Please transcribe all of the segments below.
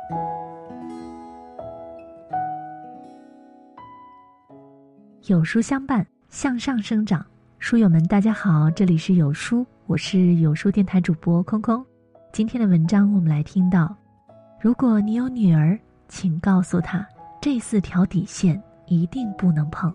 有书相伴，向上生长。书友们大家好，这里是有书，我是有书电台主播空空。今天的文章我们来听到，如果你有女儿，请告诉她，这4条底线一定不能碰。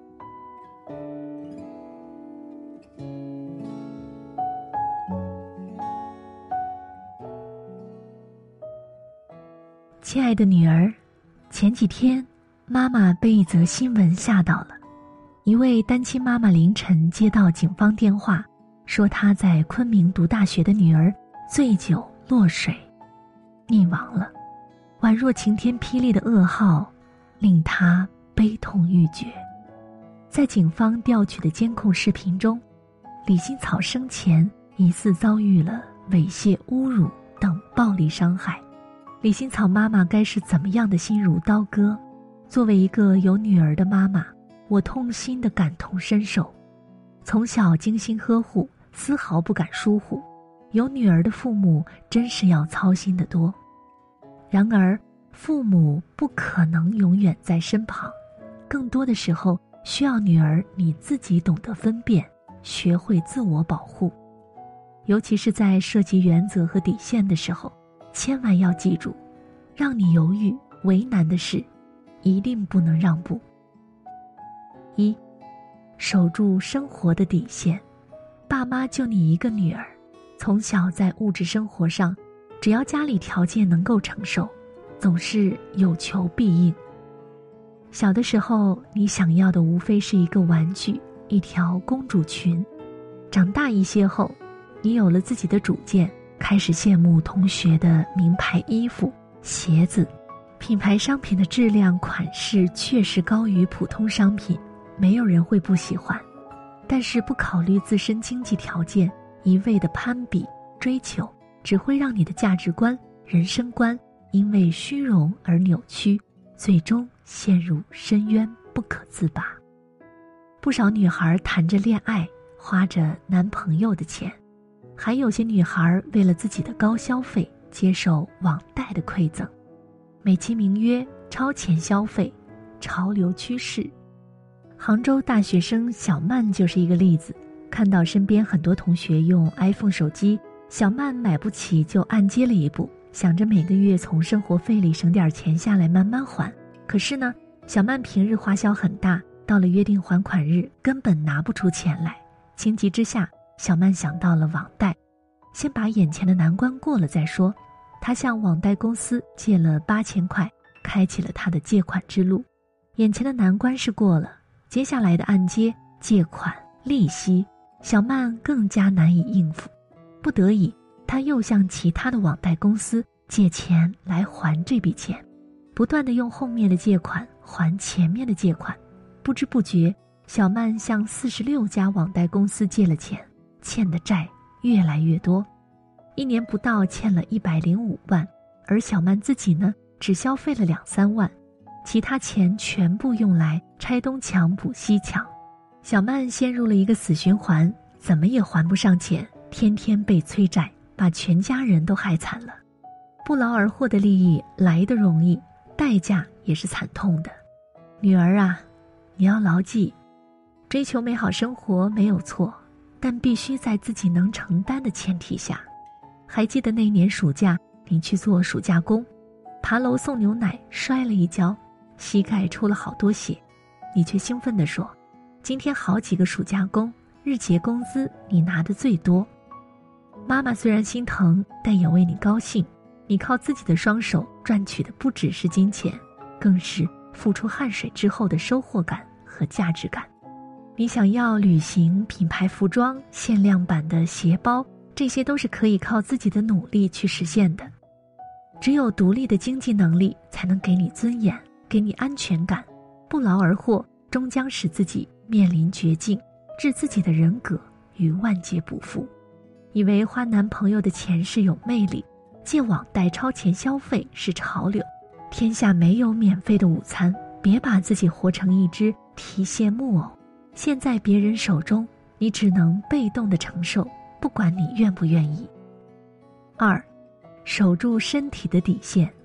亲爱的女儿，前几天妈妈被一则新闻吓到了。一位单亲妈妈凌晨接到警方电话，说她在昆明读大学的女儿醉酒落水溺亡了。宛若晴天霹雳的噩耗，令她悲痛欲绝。在警方调取的监控视频中，李新草生前疑似遭遇了猥亵、侮辱等暴力伤害。李新草妈妈该是怎么样的心如刀割？作为一个有女儿的妈妈，我痛心地感同身受。从小精心呵护，丝毫不敢疏忽，有女儿的父母真是要操心得多。然而父母不可能永远在身旁，更多的时候需要女儿你自己懂得分辨，学会自我保护。尤其是在涉及原则和底线的时候，千万要记住，让你犹豫为难的事一定不能让步。1. 守住生活的底线。爸妈就你一个女儿，从小在物质生活上，只要家里条件能够承受，总是有求必应。小的时候，你想要的无非是一个玩具，一条公主裙。长大一些后，你有了自己的主见，开始羡慕同学的名牌衣服、鞋子。品牌商品的质量、款式确实高于普通商品，没有人会不喜欢。但是不考虑自身经济条件，一味的攀比追求，只会让你的价值观、人生观因为虚荣而扭曲，最终陷入深渊不可自拔。不少女孩谈着恋爱，花着男朋友的钱，还有些女孩为了自己的高消费，接受网贷的馈赠，美其名曰超前消费，潮流趋势。杭州大学生小曼就是一个例子，看到身边很多同学用 iPhone 手机，小曼买不起就按揭了一部，想着每个月从生活费里省点钱下来慢慢还。可是呢，小曼平日花销很大，到了约定还款日根本拿不出钱来。情急之下，小曼想到了网贷，先把眼前的难关过了再说。她向网贷公司借了8000块，开启了她的借款之路。眼前的难关是过了，接下来的按揭、借款、利息，小曼更加难以应付。不得已，她又向其他的网贷公司借钱来还这笔钱，不断地用后面的借款还前面的借款。不知不觉，小曼向46家网贷公司借了钱，欠的债越来越多。1年不到欠了105万，而小曼自己呢，只消费了2-3万，其他钱全部用来拆东墙补西墙。小曼陷入了一个死循环，怎么也还不上钱，天天被催债，把全家人都害惨了。不劳而获的利益来得容易，代价也是惨痛的。女儿啊，你要牢记，追求美好生活没有错，但必须在自己能承担的前提下。还记得那年暑假，你去做暑假工，爬楼送牛奶摔了一跤，膝盖出了好多血，你却兴奋地说，今天好几个暑假工，日结工资你拿的最多。妈妈虽然心疼，但也为你高兴。你靠自己的双手赚取的不只是金钱，更是付出汗水之后的收获感和价值感。你想要旅行、品牌服装、限量版的鞋包，这些都是可以靠自己的努力去实现的。只有独立的经济能力，才能给你尊严，给你安全感。不劳而获，终将使自己面临绝境，置自己的人格于万劫不复。以为花男朋友的钱是有魅力，借网贷超前消费是潮流。天下没有免费的午餐，别把自己活成一只提线木偶，陷在别人手中，你只能被动的承受，不管你愿不愿意。2. 守住身体的底线。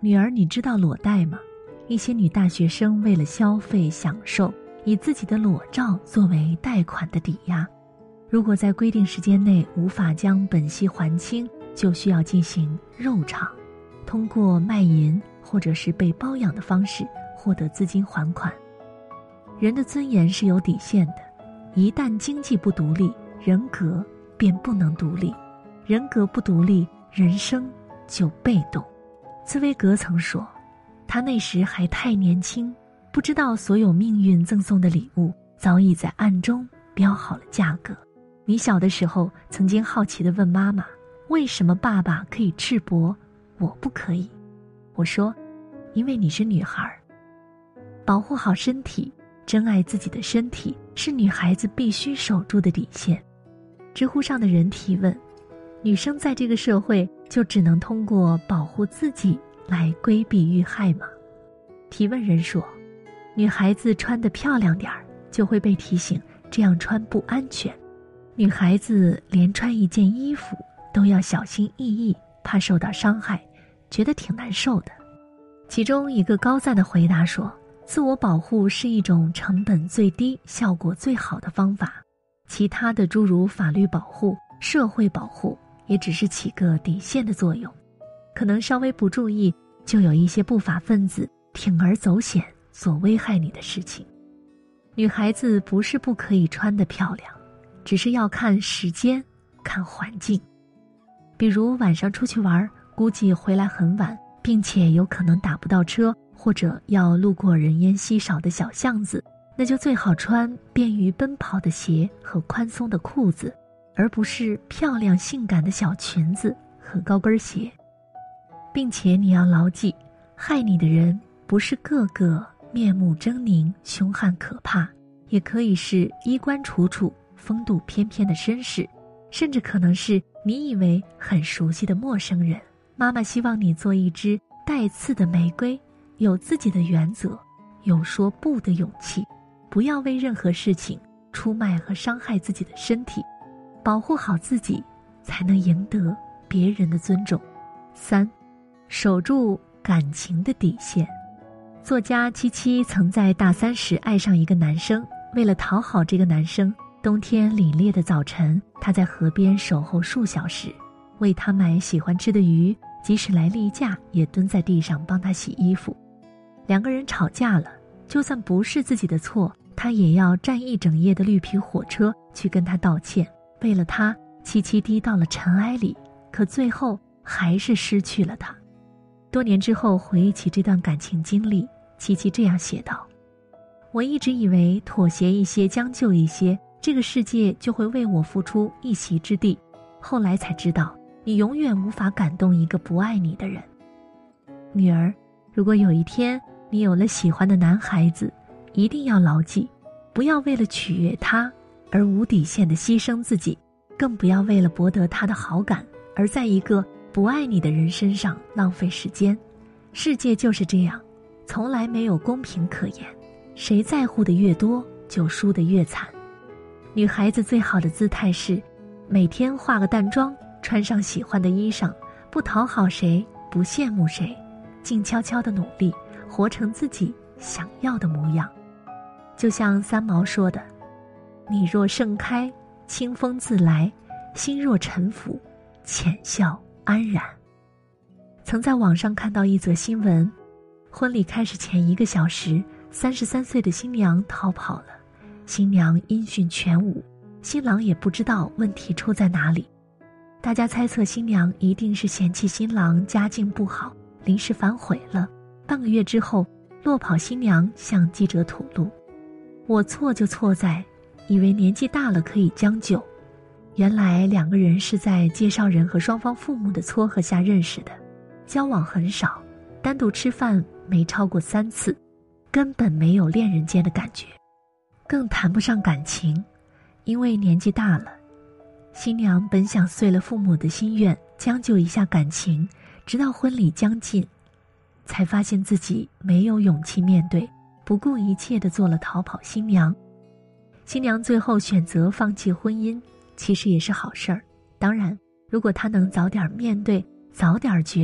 女儿，你知道裸贷吗？一些女大学生为了消费享受，以自己的裸照作为贷款的抵押，如果在规定时间内无法将本息还清，就需要进行肉偿，通过卖淫或者是被包养的方式获得资金还款。人的尊严是有底线的，一旦经济不独立，人格便不能独立，人格不独立，人生就被动。茨威格曾说，他那时还太年轻，不知道所有命运赠送的礼物早已在暗中标好了价格。你小的时候曾经好奇地问妈妈，为什么爸爸可以赤膊，我不可以？我说，因为你是女孩。保护好身体，珍爱自己的身体，是女孩子必须守住的底线。知乎上的人提问，女生在这个社会就只能通过保护自己来规避遇害吗？提问人说，女孩子穿得漂亮点儿，就会被提醒这样穿不安全。女孩子连穿一件衣服都要小心翼翼，怕受到伤害，觉得挺难受的。其中一个高赞的回答说，自我保护是一种成本最低、效果最好的方法，其他的诸如法律保护、社会保护也只是起个底线的作用，可能稍微不注意，就有一些不法分子铤而走险做危害你的事情。女孩子不是不可以穿得漂亮，只是要看时间，看环境。比如晚上出去玩，估计回来很晚，并且有可能打不到车，或者要路过人烟稀少的小巷子，那就最好穿便于奔跑的鞋和宽松的裤子，而不是漂亮性感的小裙子和高跟鞋。并且你要牢记，害你的人不是个个面目狰狞、凶悍可怕，也可以是衣冠楚楚、风度翩翩的绅士，甚至可能是你以为很熟悉的陌生人。妈妈希望你做一只带刺的玫瑰，有自己的原则，有说不的勇气，不要为任何事情出卖和伤害自己的身体，保护好自己，才能赢得别人的尊重。3. 守住感情的底线。作家七七曾在大3时爱上一个男生，为了讨好这个男生，冬天凛冽的早晨，他在河边守候数小时，为他买喜欢吃的鱼，即使来例假也蹲在地上帮他洗衣服。2个人吵架了，就算不是自己的错，他也要站一整夜的绿皮火车去跟他道歉。为了他，七七低到了尘埃里，可最后还是失去了他。多年之后回忆起这段感情经历，七七这样写道，我一直以为妥协一些，将就一些，这个世界就会为我付出一席之地，后来才知道，你永远无法感动一个不爱你的人。女儿，如果有一天你有了喜欢的男孩子，一定要牢记，不要为了取悦他而无底线地牺牲自己，更不要为了博得他的好感而在一个不爱你的人身上浪费时间。世界就是这样，从来没有公平可言，谁在乎的越多，就输得越惨。女孩子最好的姿态是每天化个淡妆，穿上喜欢的衣裳，不讨好谁，不羡慕谁，静悄悄地努力，活成自己想要的模样。就像三毛说的，你若盛开，清风自来，心若沉浮，浅笑安然。曾在网上看到一则新闻，婚礼开始前1个小时，33岁的新娘逃跑了，新娘音讯全无，新郎也不知道问题出在哪里。大家猜测新娘一定是嫌弃新郎家境不好，临时反悔了。半个月之后，落跑新娘向记者吐露，我错就错在以为年纪大了可以将就，原来2个人是在介绍人和双方父母的撮合下认识的，交往很少，单独吃饭没超过3次，根本没有恋人间的感觉，更谈不上感情。因为年纪大了，新娘本想遂了父母的心愿，将就一下感情，直到婚礼将近，才发现自己没有勇气面对，不顾一切地做了逃跑新娘。新娘最后选择放弃婚姻，其实也是好事儿。当然，如果她能早点面对，早点决定，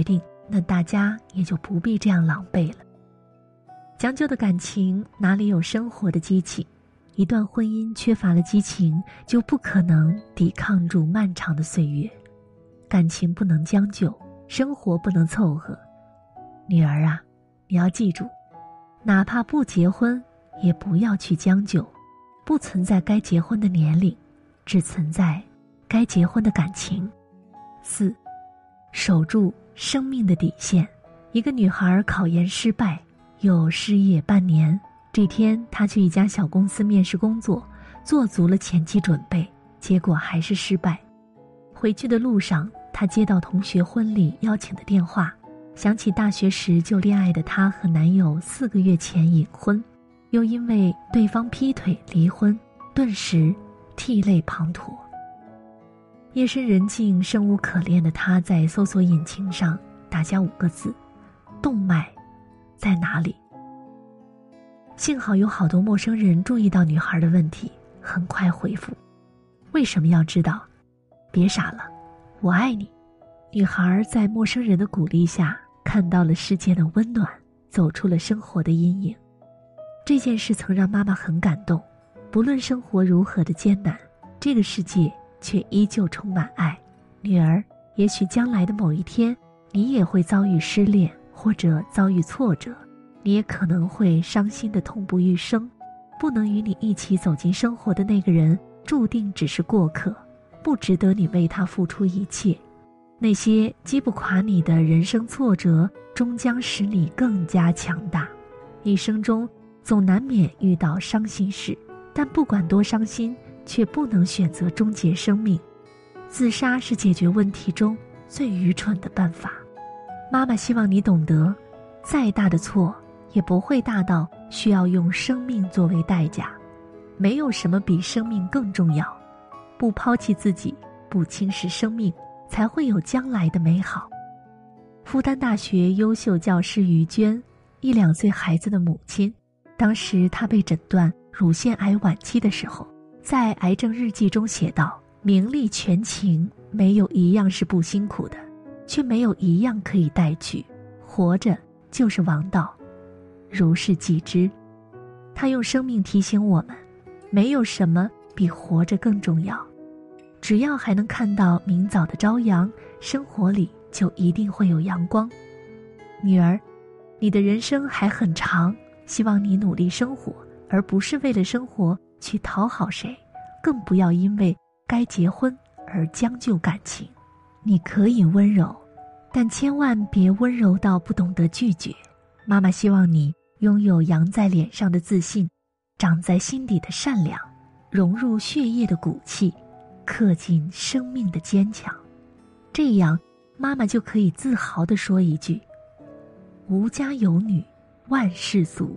那大家也就不必这样狼狈了。将就的感情哪里有生活的激情？一段婚姻缺乏了激情，就不可能抵抗住漫长的岁月。感情不能将就，生活不能凑合。女儿啊，你要记住，哪怕不结婚，也不要去将就。不存在该结婚的年龄，只存在该结婚的感情。4. 守住生命的底线。一个女孩考研失败，又失业半年。这天，她去一家小公司面试工作，做足了前期准备，结果还是失败。回去的路上，她接到同学婚礼邀请的电话，想起大学时就恋爱的她和男友4个月前隐婚，又因为对方劈腿离婚，顿时涕泪滂沱。夜深人静，生无可恋的她在搜索引擎上打下5个字：动脉在哪里？幸好有好多陌生人注意到女孩的问题，很快回复：为什么要知道？别傻了，我爱你。女孩在陌生人的鼓励下看到了世界的温暖，走出了生活的阴影。这件事曾让妈妈很感动，不论生活如何的艰难，这个世界却依旧充满爱。女儿，也许将来的某一天，你也会遭遇失恋，或者遭遇挫折，你也可能会伤心的痛不欲生。不能与你一起走进生活的那个人，注定只是过客，不值得你为他付出一切。那些击不垮你的人生挫折，终将使你更加强大。一生中总难免遇到伤心事，但不管多伤心，却不能选择终结生命。自杀是解决问题中最愚蠢的办法。妈妈希望你懂得，再大的错也不会大到需要用生命作为代价。没有什么比生命更重要。不抛弃自己，不轻视生命，才会有将来的美好。复旦大学优秀教师于娟，1、2岁孩子的母亲，当时她被诊断乳腺癌晚期的时候，在癌症日记中写道：名利权情，没有一样是不辛苦的，却没有一样可以代替。活着就是王道，如是记之。他用生命提醒我们，没有什么比活着更重要。只要还能看到明早的朝阳，生活里就一定会有阳光。女儿，你的人生还很长，希望你努力生活，而不是为了生活去讨好谁，更不要因为该结婚而将就感情。你可以温柔，但千万别温柔到不懂得拒绝。妈妈希望你拥有扬在脸上的自信，长在心底的善良，融入血液的骨气，刻进生命的坚强。这样，妈妈就可以自豪地说一句：无家有女，万事足。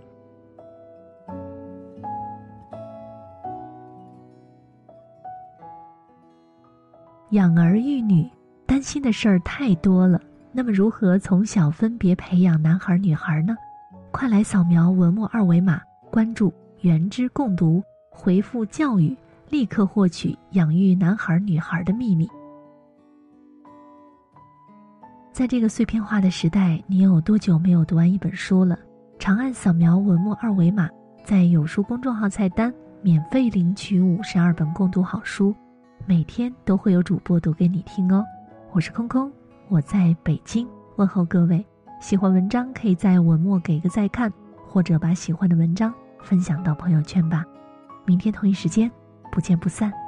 养儿育女，担心的事儿太多了。那么如何从小分别培养男孩女孩呢？快来扫描文末2维码，关注原知共读，回复教育，立刻获取养育男孩女孩的秘密。在这个碎片化的时代，你有多久没有读完一本书了？长按扫描文末2维码，在有书公众号菜单免费领取52本共读好书，每天都会有主播读给你听哦。我是空空，我在北京问候各位。喜欢文章可以在文末给个再看，或者把喜欢的文章分享到朋友圈吧。明天同一时间不见不散。